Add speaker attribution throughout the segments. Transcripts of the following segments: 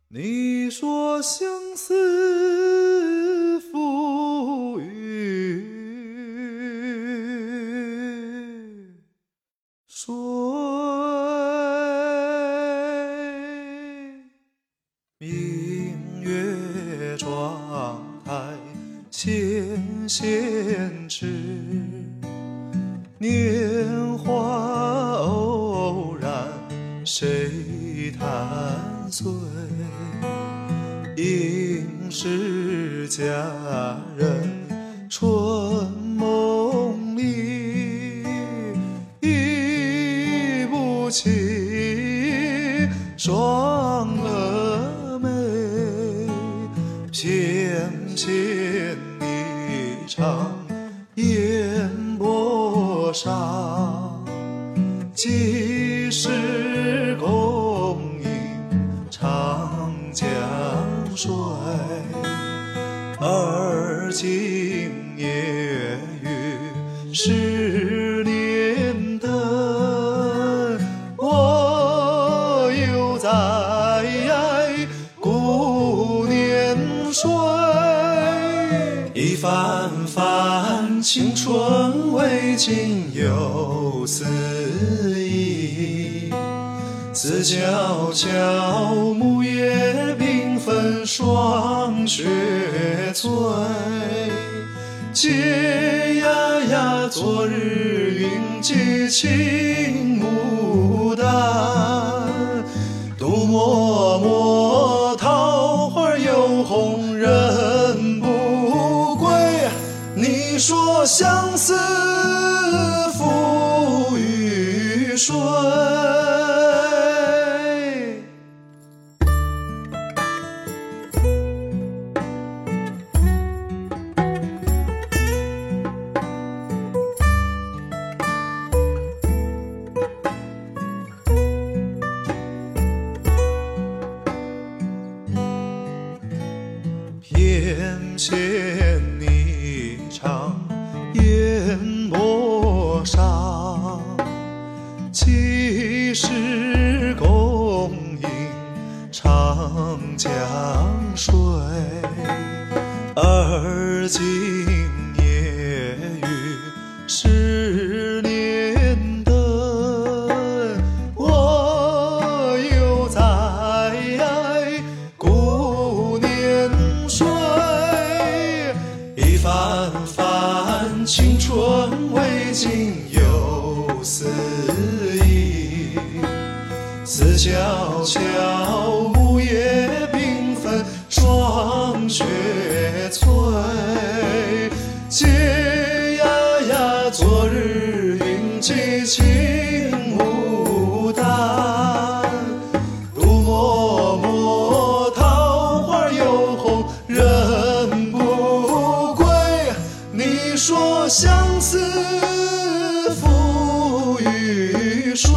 Speaker 1: 你说相思赋予谁？明月窗台纤纤指，年华偶然谁弹碎？应是佳人春梦里，忆不起双蛾眉，翩跹一场烟波上，几时共饮长江水？而今夜雨十年灯，我又在顾年岁。一番番青春未尽又思忆，思悄悄木叶缤纷霜雪催，嗟呀呀昨日云髻青牡丹，独默默桃花又红人不归。你说相思赋予谁？翩跹一场烟波上，几时共饮长江水？而今夜雨十年灯，我又在顾年岁。一番番青春未尽又思忆，思悄悄木叶缤纷霜雪催，嗟呀呀昨日云髻青牡丹，独默默桃花又红人不归。你说相思赋予谁？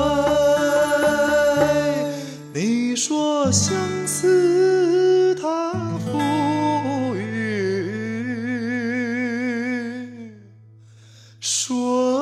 Speaker 1: 你说相思它赋予谁？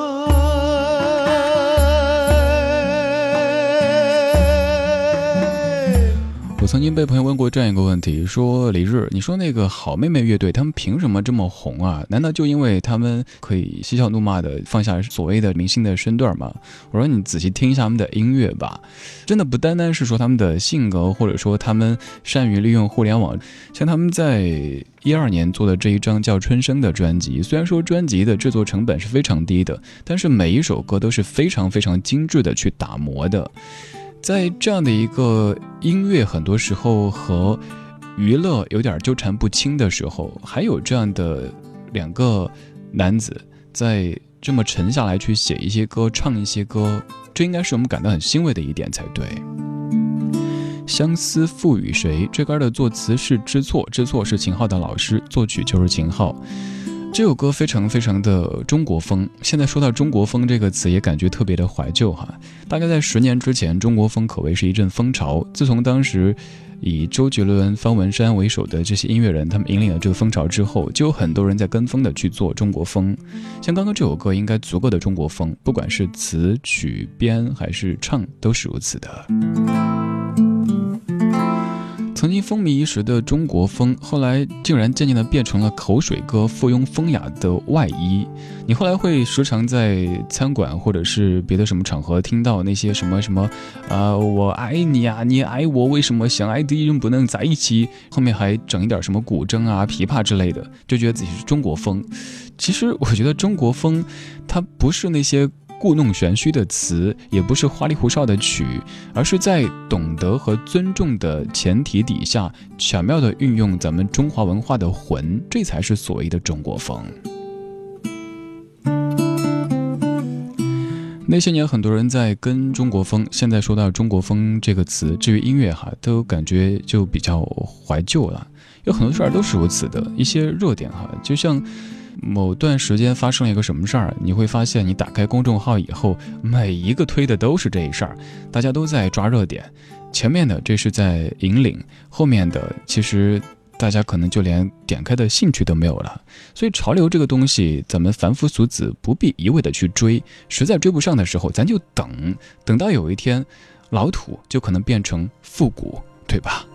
Speaker 2: 我曾经被朋友问过这样一个问题，说李日，你说那个好妹妹乐队他们凭什么这么红啊？难道就因为他们可以嬉笑怒骂的放下所谓的明星的身段吗？我说你仔细听一下他们的音乐吧，真的不单单是说他们的性格，或者说他们善于利用互联网。像他们在12年做的这一张叫《春生》的专辑，虽然说专辑的制作成本是非常低的，但是每一首歌都是非常非常精致的去打磨的。在这样的一个音乐很多时候和娱乐有点纠缠不清的时候，还有这样的两个男子在这么沉下来去写一些歌，唱一些歌，这应该是我们感到很欣慰的一点才对。相思赋予谁？这歌的作词是知错，知错是秦昊的老师，作曲就是秦昊。这首歌非常非常的中国风，现在说到中国风这个词也感觉特别的怀旧哈。大概在10年之前，中国风可谓是一阵风潮，自从当时以周杰伦、方文山为首的这些音乐人他们引领了这个风潮之后，就有很多人在跟风的去做中国风。像刚刚这首歌应该足够的中国风，不管是词曲编还是唱都是如此的。 曾经风靡一时的中国风，后来竟然渐渐地变成了口水歌附庸风雅的外衣。你后来会时常在餐馆或者是别的什么场合听到那些什么我爱你啊，你爱我，为什么相爱的人不能在一起，后面还整一点什么古筝啊琵琶之类的，就觉得自己是中国风。其实我觉得中国风它不是那些故弄玄虚的词，也不是花里胡哨的曲，而是在懂得和尊重的前提底下，巧妙地运用咱们中华文化的魂，这才是所谓的中国风。那些年很多人在跟中国风，现在说到中国风这个词，至于音乐都感觉就比较怀旧了。有很多事儿都是如此的，一些热点就像某段时间发生了一个什么事儿，你会发现你打开公众号以后，每一个推的都是这一事儿，大家都在抓热点。前面的这是在引领，后面的其实大家可能就连点开的兴趣都没有了。所以潮流这个东西，咱们凡夫俗子不必一味的去追，实在追不上的时候，咱就等到有一天老土就可能变成复古，对吧？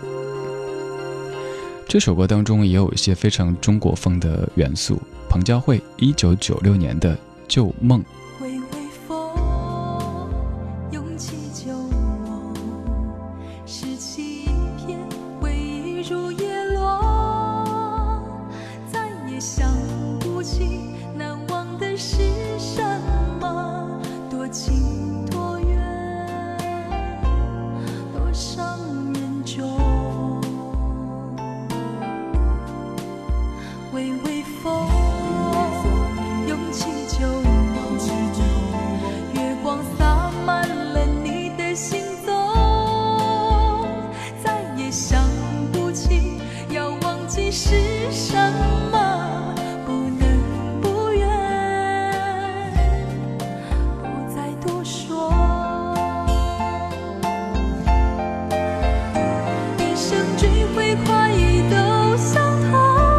Speaker 2: 这首歌当中也有一些非常中国风的元素，彭佳慧1996年的《旧梦》。
Speaker 3: 微微风涌起旧梦，拾起一片回忆如叶落，再也想不起难忘的是什么，多情多远，多伤人重。微微风涌起旧梦，月光洒满了你的行踪，再也想不起要忘记是什么，不能不愿，不再多说。一生追悔快意都相同，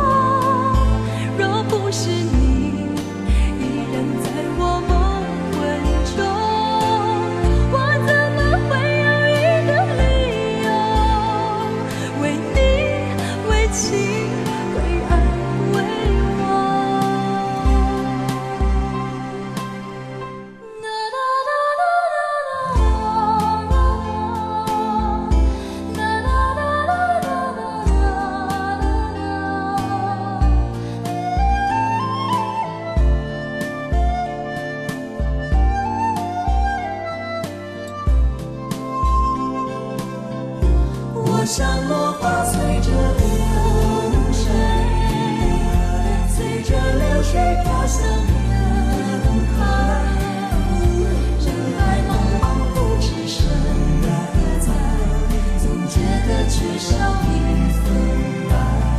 Speaker 3: 像落花随着流水，随着流水飘向人海，人海茫茫不知身在，总觉得缺少一份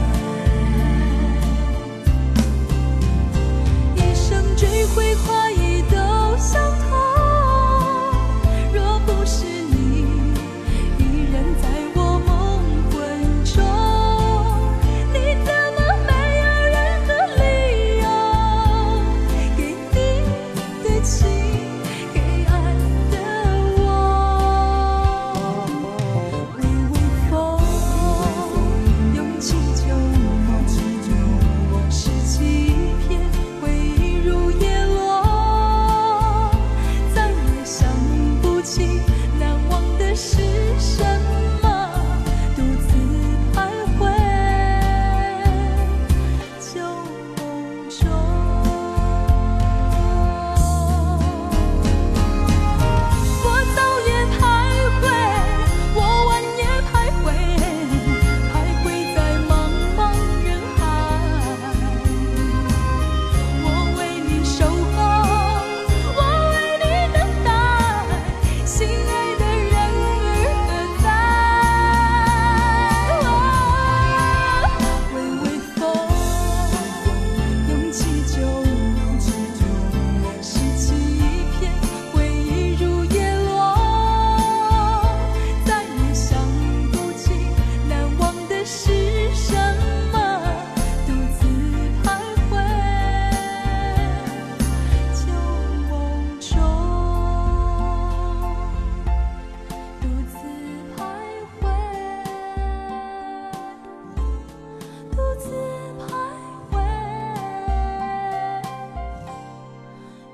Speaker 3: 爱，一生追悔快意都相同，若不是你依然在我梦中，你怎么没有任何理由给你的情，给爱的我？微微风涌起旧梦，拾起一片回忆如叶落，再也想不起难忘的是什么，独自徘徊旧梦中。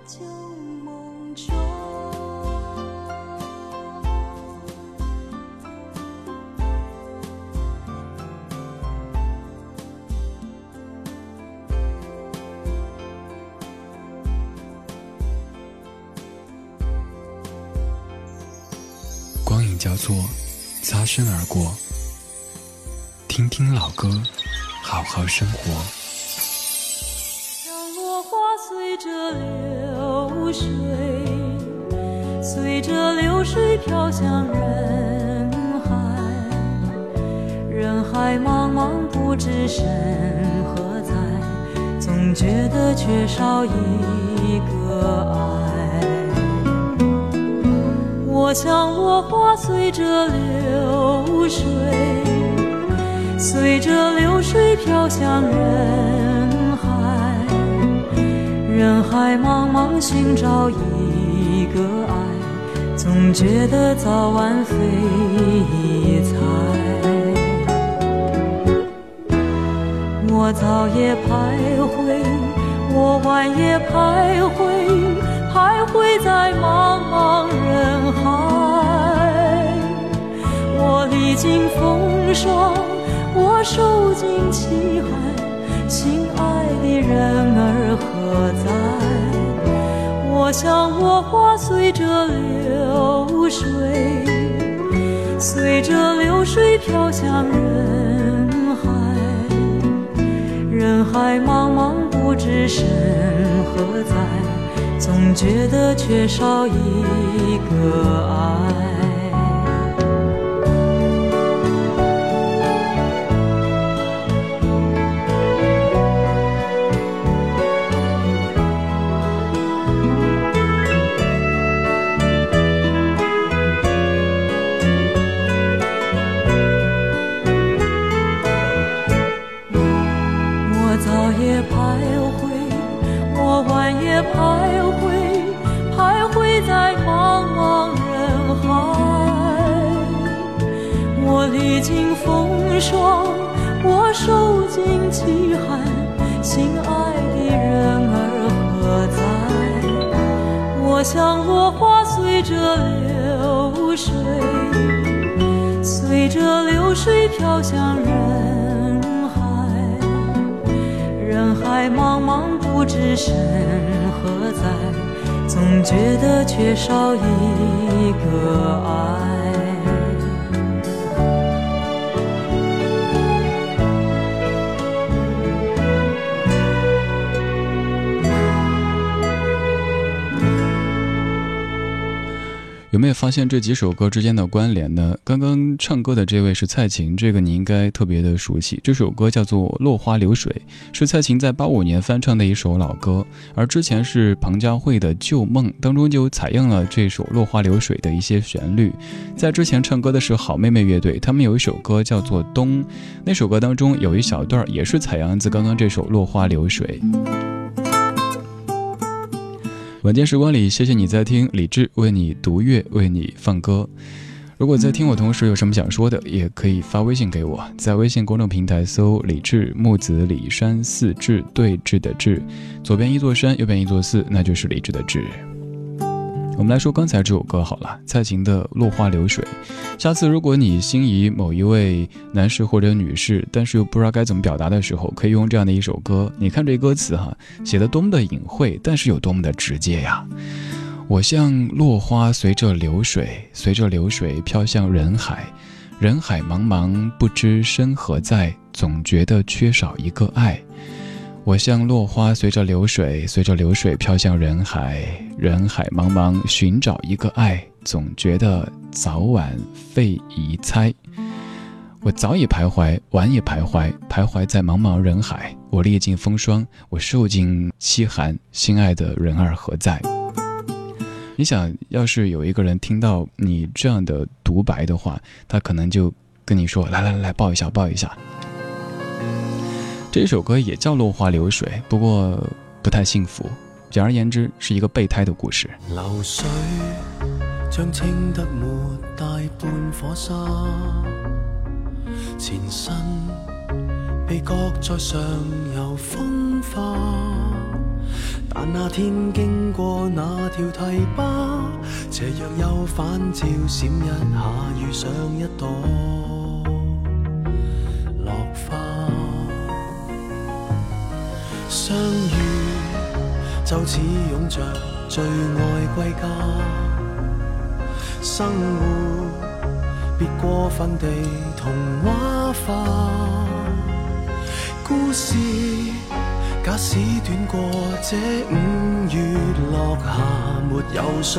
Speaker 3: 旧梦中。
Speaker 2: 光影交错，擦身而过，听听老歌，好好生活。
Speaker 3: 像落花随着流水，随着流水飘向人海，人海茫茫不知身何在，总觉得缺少一个爱。我像落花随着流水，随着流水飘向人海，人海茫茫寻找一个爱，总觉得早晚非彩。我早也徘徊，我晚也徘徊，徘徊在茫茫人海。我历经风霜，我受尽凄寒，心爱的人儿何在？我像落花随着流水，随着流水飘向人海，人海茫茫不知身何在，总觉得缺少一个爱。我早也徘徊，我晚也徘徊，徘徊在茫茫人海。我历经风霜，我受尽凄寒，心爱的人儿何在？我像落花随着流水，随着流水飘向人海，人海茫茫不知身何在，总觉得缺少一个爱。
Speaker 2: 有没有发现这几首歌之间的关联呢？刚刚唱歌的这位是蔡琴，这个你应该特别的熟悉。这首歌叫做《落花流水》，是蔡琴在85年翻唱的一首老歌，而之前是庞佳慧的《旧梦》当中就采用了这首《落花流水》的一些旋律。在之前唱歌的是好妹妹乐队，他们有一首歌叫做《冬》，那首歌当中有一小段也是采样自刚刚这首《落花流水》。晚间时光里，谢谢你在听李志为你读乐，为你放歌。如果在听我同时有什么想说的，也可以发微信给我，在微信公众平台搜李志，木子李山寺志，对峙的志，左边一座山，右边一座寺，那就是李志的志。我们来说刚才这首歌好了，蔡琴的《落花流水》。下次如果你心仪某一位男士或者女士，但是又不知道该怎么表达的时候，可以用这样的一首歌。你看这歌词写得多么的隐晦，但是有多么的直接呀。我像落花随着流水，随着流水飘向人海，人海茫茫不知身何在，总觉得缺少一个爱。我像落花随着流水，随着流水飘向人海，人海茫茫寻找一个爱，总觉得早晚费疑猜。我早已徘徊，晚也徘徊，徘徊在茫茫人海。我历尽风霜，我受尽凄寒，心爱的人儿何在？你想，要是有一个人听到你这样的独白的话，他可能就跟你说：“来来来，抱一下，抱一下。”这首歌也叫《落花流水》，不过不太幸福。简而言之，是一个备胎的故事。
Speaker 4: 流水將清得沒大半顆沙，前身被擱在上游風化， 但那天經過那條堤壩，斜陽又反照閃一下，遇上一朵落花。相遇就似擁着最愛歸家，生活別過分地童話化，故事假使短過這5月落霞，沒有需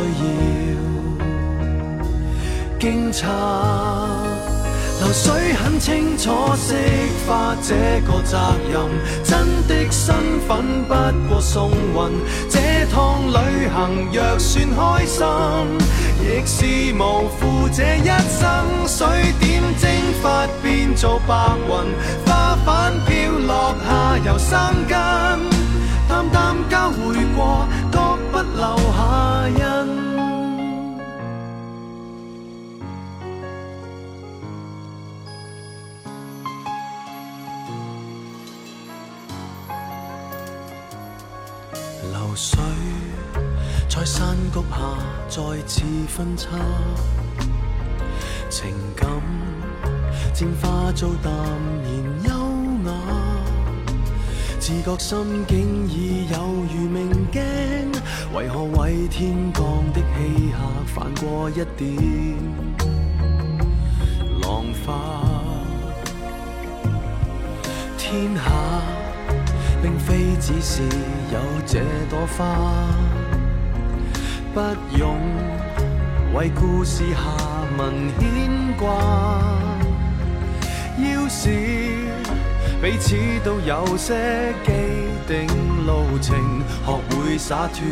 Speaker 4: 要驚詫。流水很清楚釋化這個責任，真的身份不過送運。這趟旅行若算開心，亦是無負這一生。水點蒸發變做白雲，花瓣飄落下又生根，淡淡交匯過，各不留下印。流水在山谷下再次分叉，情感漸化做淡然優雅，自覺心境已有如明鏡，為何為天降的稀客泛過一點浪花？天下並非只是有這朵花，不用為故事下文牽掛。要是彼此都有些既定路程，學會灑脫，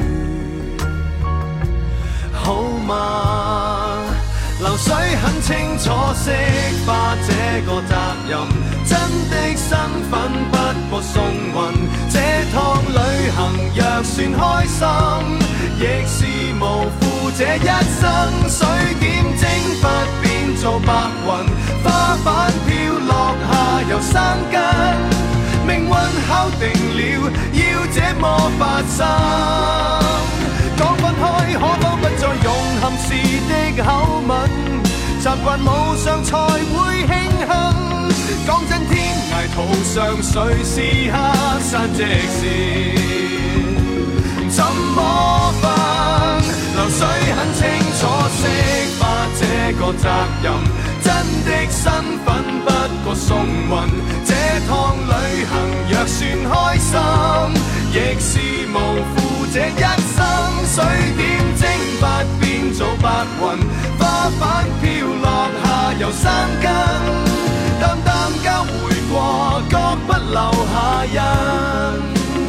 Speaker 4: 好嗎？流水很清楚釋化這個責任，真的身份不過送運。這趟旅行若算開心，亦是無負這一生。水點蒸發變做白雲，花瓣飄落下又生根。命運敲定了要這麼發生，講分開可否不再用含時的口吻，習慣無常才會慶幸。講真天涯途上誰是黑山即是怎麼辦？流水很清楚釋化這個責任，真的身份不過送運。這趟旅行若算開心，亦是無負這一生。水點蒸發變做白雲，花瓣飄落下又生根，淡淡交匯過，各不留下印。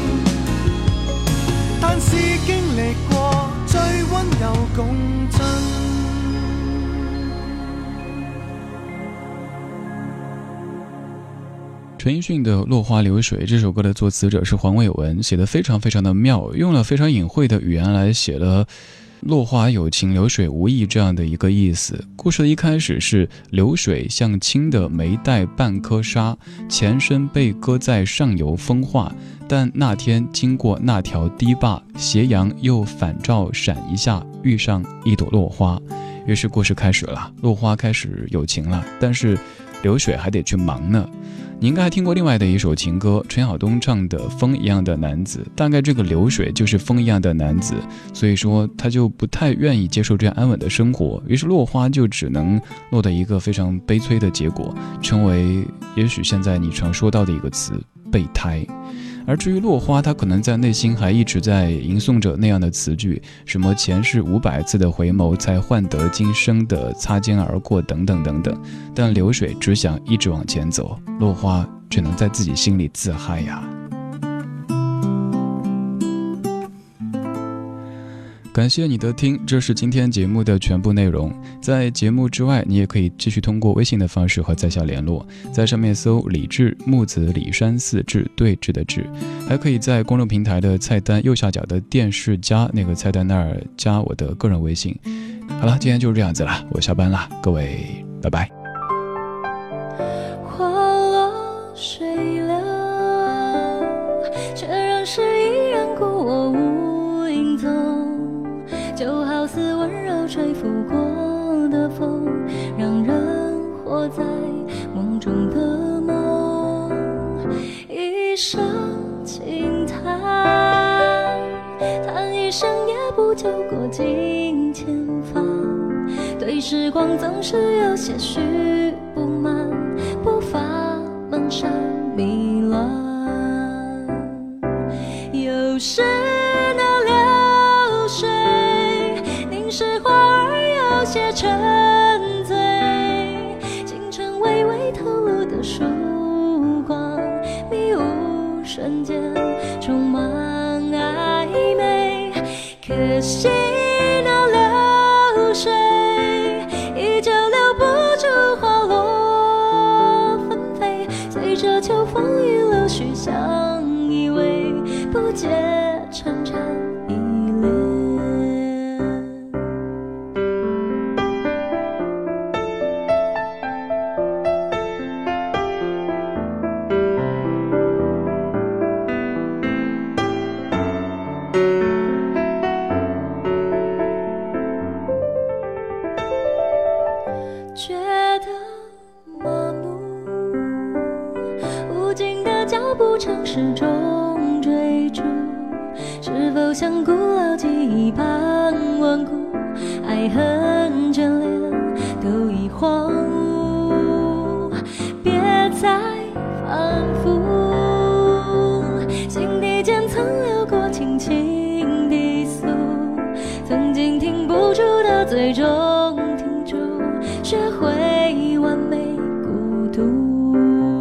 Speaker 4: 但是經歷過最溫柔共振。
Speaker 2: 陈奕迅的《落花流水》这首歌的作词者是黄伟文，写得非常非常的妙，用了非常隐晦的语言来写了落花有情流水无意这样的一个意思。故事的一开始是流水像轻的没带半颗沙，前身被搁在上游风化，但那天经过那条堤坝，斜阳又反照闪一下，遇上一朵落花。于是故事开始了，落花开始有情了，但是流水还得去忙呢。你应该还听过另外的一首情歌，陈晓东唱的《风一样的男子》，大概这个流水就是风一样的男子，所以说他就不太愿意接受这样安稳的生活，于是落花就只能落得一个非常悲催的结果，成为也许现在你常说到的一个词，备胎。而至于落花，他可能在内心还一直在吟诵着那样的词句，什么前世500次的回眸才换得今生的擦肩而过等等等等，但流水只想一直往前走，落花只能在自己心里自嗨呀。感谢你的听，这是今天节目的全部内容。在节目之外，你也可以继续通过微信的方式和在下联络，在上面搜李志，木子李山四志，对峙的志，还可以在公众平台的菜单右下角的电视加那个菜单那儿加我的个人微信。好了，今天就是这样子了，我下班了，各位拜拜。
Speaker 3: 花落水流，却让诗意然故我无好似温柔吹拂过的风，让人活在梦中的梦。一声轻叹，叹一声也不就过尽千帆。对时光总是有些许不满，不乏漫山迷乱。有时那流水凝视花儿有些沉醉，清晨微微透露的曙光，迷雾瞬间充满暧昧。可惜那流水依旧留不住花落纷飞，随着秋风雨流徐相依偎，不解潺潺依恋。觉得麻木，无尽的脚步城市中追逐，是否像古老记忆般顽固？爱恨眷恋都已荒芜，别再反复。心底间曾流过轻轻低诉，曾经停不住的最终停住，学会完美孤独。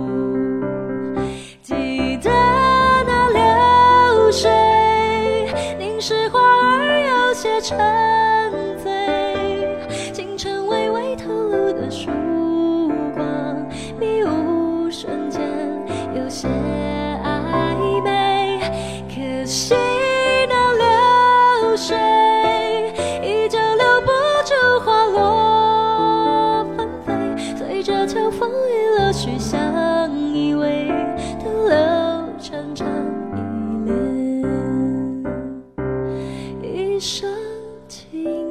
Speaker 3: 记得那流水凝视花儿有些沉醉，清晨微微透露的曙光，迷雾瞬间有些暧昧。可惜那流水依旧留不住花落纷飞，随着秋风雨流徐相依偎，徒留潺潺依恋。一声轻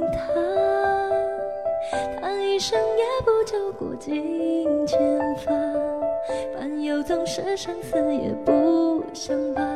Speaker 3: 叹，叹一声也不就过尽千帆，烦忧总是生死也不相伴，